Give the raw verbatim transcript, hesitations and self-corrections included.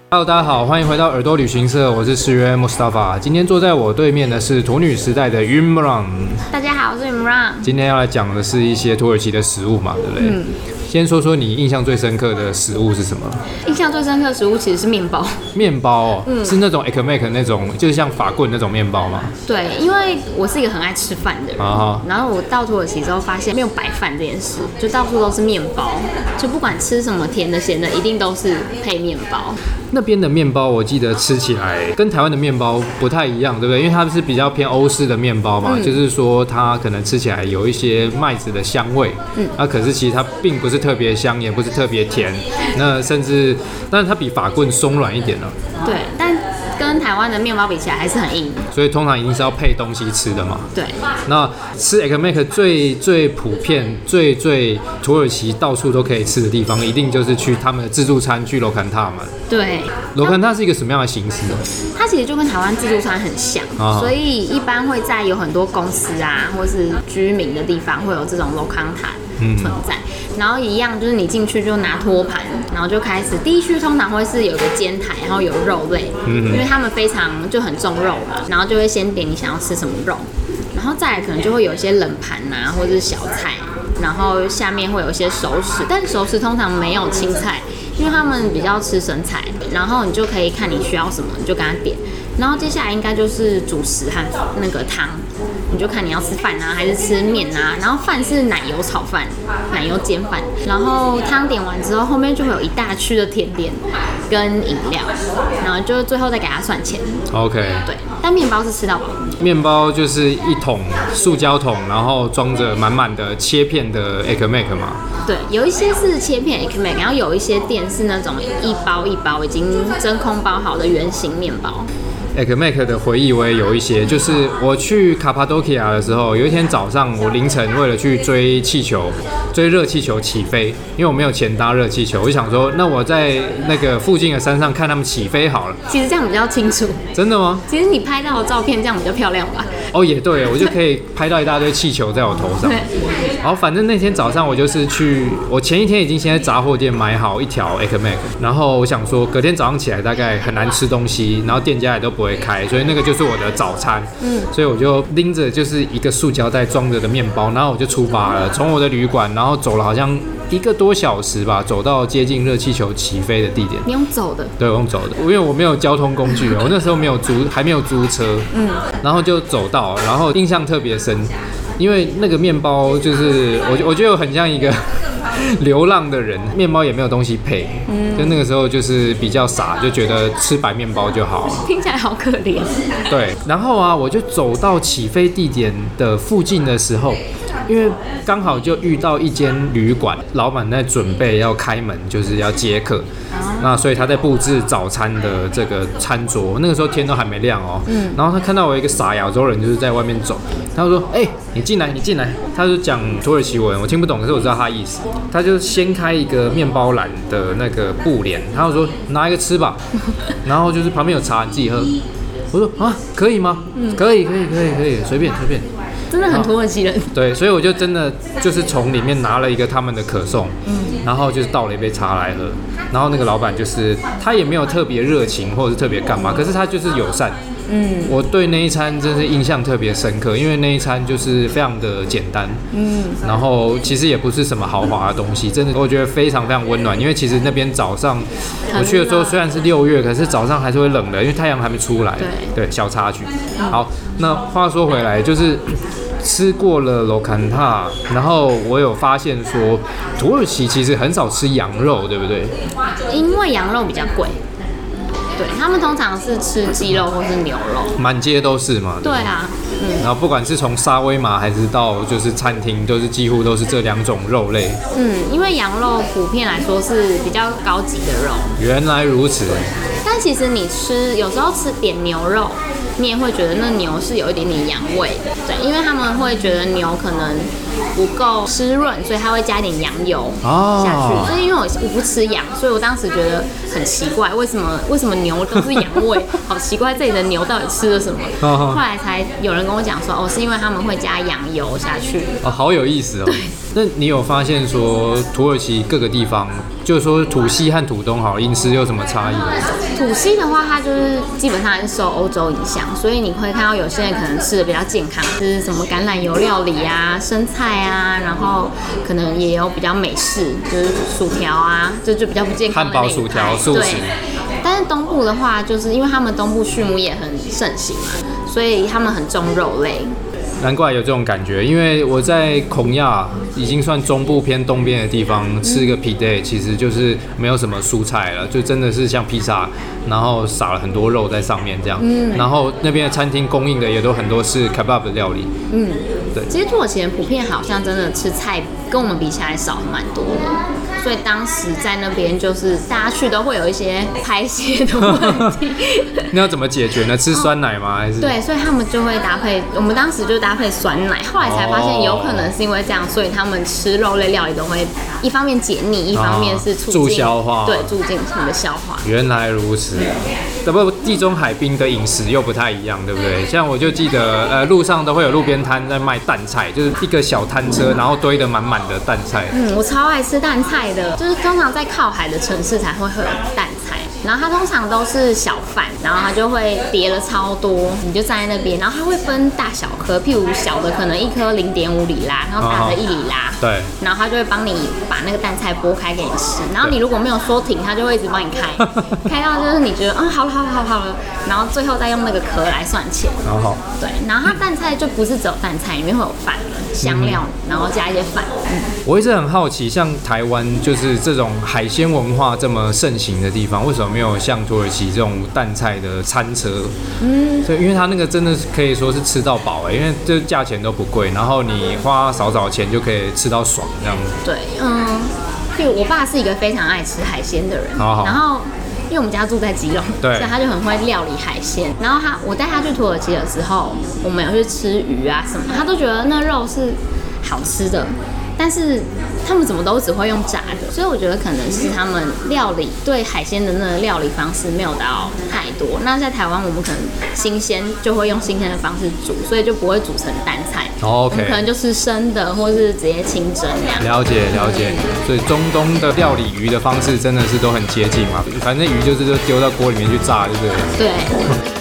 Hello， 大家好，欢迎回到耳朵旅行社，我是诗约 Mustafa。今天坐在我对面的是土女时代的 Imran。 大家好，我是 Imran。 今天要来讲的是一些土耳其的食物嘛，对不对？嗯。先说说你印象最深刻的食物是什么？ 印象最深刻的食物其实是面包。 面包哦，嗯、是那种 ekmek 那种，就是像法棍那种面包吗？ 对，因为我是一个很爱吃饭的人，啊、然后我到土耳其之后发现没有白饭这件事，就到处都是面包，就不管吃什么甜的咸的，一定都是配面包。 那边的面包，我记得吃起来跟台湾的面包不太一样，对不对？因为它是比较偏欧式的面包嘛，嗯、就是说它可能吃起来有一些麦子的香味，嗯，那、啊、可是其实它并不是特别香，也不是特别甜，那甚至，但是它比法棍松软一点了。 对，但跟台湾的面包比起来还是很硬， 所以通常一定是要配东西吃的嘛。 对， 那吃 ekmek 最最普遍、最最土耳其到处都可以吃的地方，一定就是去他们的自助餐，去罗坎塔嘛。 对， 罗坎塔是一个什么样的形式呢？ 它其实就跟台湾自助餐很像，啊、所以一般会在有很多公司啊，或是居民的地方会有这种罗坎塔存在。嗯，然后一样就是你进去就拿托盘，然后就开始第一区通常会是有个煎台，然后有肉类，嗯、因为他们非常就很重肉嘛，然后就会先点你想要吃什么肉，然后再来可能就会有一些冷盘啊，或者是小菜，然后下面会有一些熟食，但熟食通常没有青菜，因为他们比较吃生菜，然后你就可以看你需要什么，你就跟他点，然后接下来应该就是主食和那个汤。你就看你要吃饭啊，还是吃面啊？然后饭是奶油炒饭、奶油煎饭，然后汤点完之后，后面就会有一大区的甜点跟饮料，然后就最后再给他算钱。 OK。 对，但面包是吃到饱。 面包就是一桶塑胶桶，然后装着满满的切片的 ekmek 嘛。 对，有一些是切片 ekmek， 然后有一些店是那种一包一包已经真空包好的圆形面包。 ekmek 的回忆我也有一些，就是我去卡帕多奇亚的时候，有一天早上我凌晨为了去追气球，追热气球起飞，因为我没有钱搭热气球，我就想说，那我在那个附近的山上看他们起飞好了。 其实这样比较清楚。真的吗？ 其实你拍到的照片这样比较漂亮吧？ 哦，也对，我就可以拍到一大堆气球在我头上。然后反正那天早上我就是去，我前一天已经先在杂货店买好一条 ekmek， 然后我想说隔天早上起来大概很难吃东西，然后店家也都不会开，所以那个就是我的早餐。嗯，所以我就拎着就是一个塑胶袋装着的面包，然后我就出发了，从我的旅馆，然后走了好像一个多小时吧，走到接近热气球起飞的地点。 你用走的？ 对，我用走的，因为我没有交通工具，我那时候没有租，还没有租车。嗯，然后就走到，然后印象特别深。因为那个面包就是我，我觉得我很像一个流浪的人，面包也没有东西配，嗯，就那个时候就是比较傻，就觉得吃白面包就好了。 听起来好可怜。 对，然后啊，我就走到起飞地点的附近的时候，因为刚好就遇到一间旅馆，老板在准备要开门，就是要接客。那所以他在布置早餐的这个餐桌，那个时候天都还没亮哦。嗯。然后他看到我一个傻亚洲人就是在外面走，他就说：“哎、欸，你进来，你进来。”他就讲土耳其文，我听不懂，可是我知道他意思。他就掀开一个面包篮的那个布帘，他就说：“拿一个吃吧。”然后就是旁边有茶，你自己喝。我说：“啊，可以吗？嗯，可以，可以，可以，可以，随便，随便。” 真的很土耳其人。 对，所以我就真的就是从里面拿了一个他们的可颂，嗯，然后就是倒了一杯茶来喝。然后那个老板就是他也没有特别热情或者是特别干嘛，可是他就是友善。嗯，我对那一餐真是印象特别深刻，因为那一餐就是非常的简单，嗯，然后其实也不是什么豪华的东西，真的我觉得非常非常温暖。因为其实那边早上我去的时候虽然是六月，可是早上还是会冷的，因为太阳还没出来。对，对，小插曲。好，那话说回来，就是吃过了罗坎塔，然后我有发现说，土耳其其实很少吃羊肉，对不对？ 因为羊肉比较贵。对，他们通常是吃鸡肉或是牛肉， 满街都是嘛。对, 对啊，嗯。 然后不管是从沙威玛还是到就是餐厅，都是几乎都是这两种肉类。 嗯，因为羊肉普遍来说是比较高级的肉。 原来如此。 但其实你吃有时候吃点牛肉，你也会觉得那牛是有一点点羊味的。对，因为他们会觉得牛可能不够湿润，所以他会加一点羊油下去。哦、所以因为我我不吃羊，所以我当时觉得很奇怪，为什么为什么牛都是羊味？好奇怪，这里的牛到底吃了什么？哦、后来才有人跟我讲说，哦，是因为他们会加羊油下去。 哦，好有意思哦。那你有发现说，土耳其各个地方就是说土西和土东好，饮食有什么差异？ 土西的话，它就是基本上还是受欧洲影响，所以你会看到有些人可能吃的比较健康，就是什么橄榄油料理啊、生菜啊，然后可能也有比较美式，就是薯条啊，就就比较不健康的那一派。 汉堡、薯条、素食。 但是东部的话，就是因为他们东部畜牧业很盛行嘛，所以他们很重肉类。 难怪有这种感觉，因为我在孔亚已经算中部偏东边的地方吃个披萨，其实就是没有什么蔬菜了，就真的是像披萨，然后撒了很多肉在上面这样。嗯，然后那边的餐厅供应的也都很多是 kebab 的料理。嗯，对。 其实土耳其人普遍好像真的吃菜跟我们比起来少蛮多的，所以当时在那边就是大家去都会有一些排泄的问题。 那要怎么解决呢？吃酸奶吗？还是？ 对，所以他们就会搭配，我们当时就搭配酸奶，后来才发现有可能是因为这样，所以他们吃肉类料理都会一方面解腻，一方面是促进、 助消化， 对，助进你的消化。 原来如此。不，地中海滨的饮食又不太一样，对不对？像我就记得，呃，路上都会有路边摊在卖蛋菜，就是一个小摊车，然后堆得满满的蛋菜。 嗯，我超爱吃蛋菜的，就是通常在靠海的城市才会有蛋菜。然后它通常都是小贩，然后它就会叠了超多，你就站在那边，然后它会分大小颗，譬如小的可能一颗零点五里拉，然后大的一里拉， 对， 然后它就会帮你把那个蛋菜剥开给你吃，然后你如果没有说停，它就会一直帮你开，开到就是你觉得嗯好了好了好了好了，然后最后再用那个壳来算钱， 好好， 对，然后它蛋菜就不是只有蛋菜，里面会有饭、香料，然后加一些饭。嗯， 我一直很好奇，像台湾就是这种海鲜文化这么盛行的地方，为什么没有像土耳其这种蛋菜的餐车？嗯，所以因为它那个真的是可以说是吃到饱哎、欸，因为这价钱都不贵，然后你花少少钱就可以吃到爽这样子。 对，嗯，譬如我爸是一个非常爱吃海鲜的人， 好好， 然后。因为我们家住在基隆， 对， 所以他就很会料理海鲜。然后他，我带他去土耳其的时候，我们有去吃鱼啊什么，他都觉得那肉是好吃的。但是他们怎么都只会用炸的，所以我觉得可能是他们料理对海鲜的那个料理方式没有到太多。那在台湾，我们可能新鲜就会用新鲜的方式煮，所以就不会煮成蛋菜。 哦 OK， 我们可能就是生的，或是直接清蒸这样。 了解了解，所以中东的料理鱼的方式真的是都很接近嘛，反正鱼就是就丢到锅里面去炸，对不对？ 对。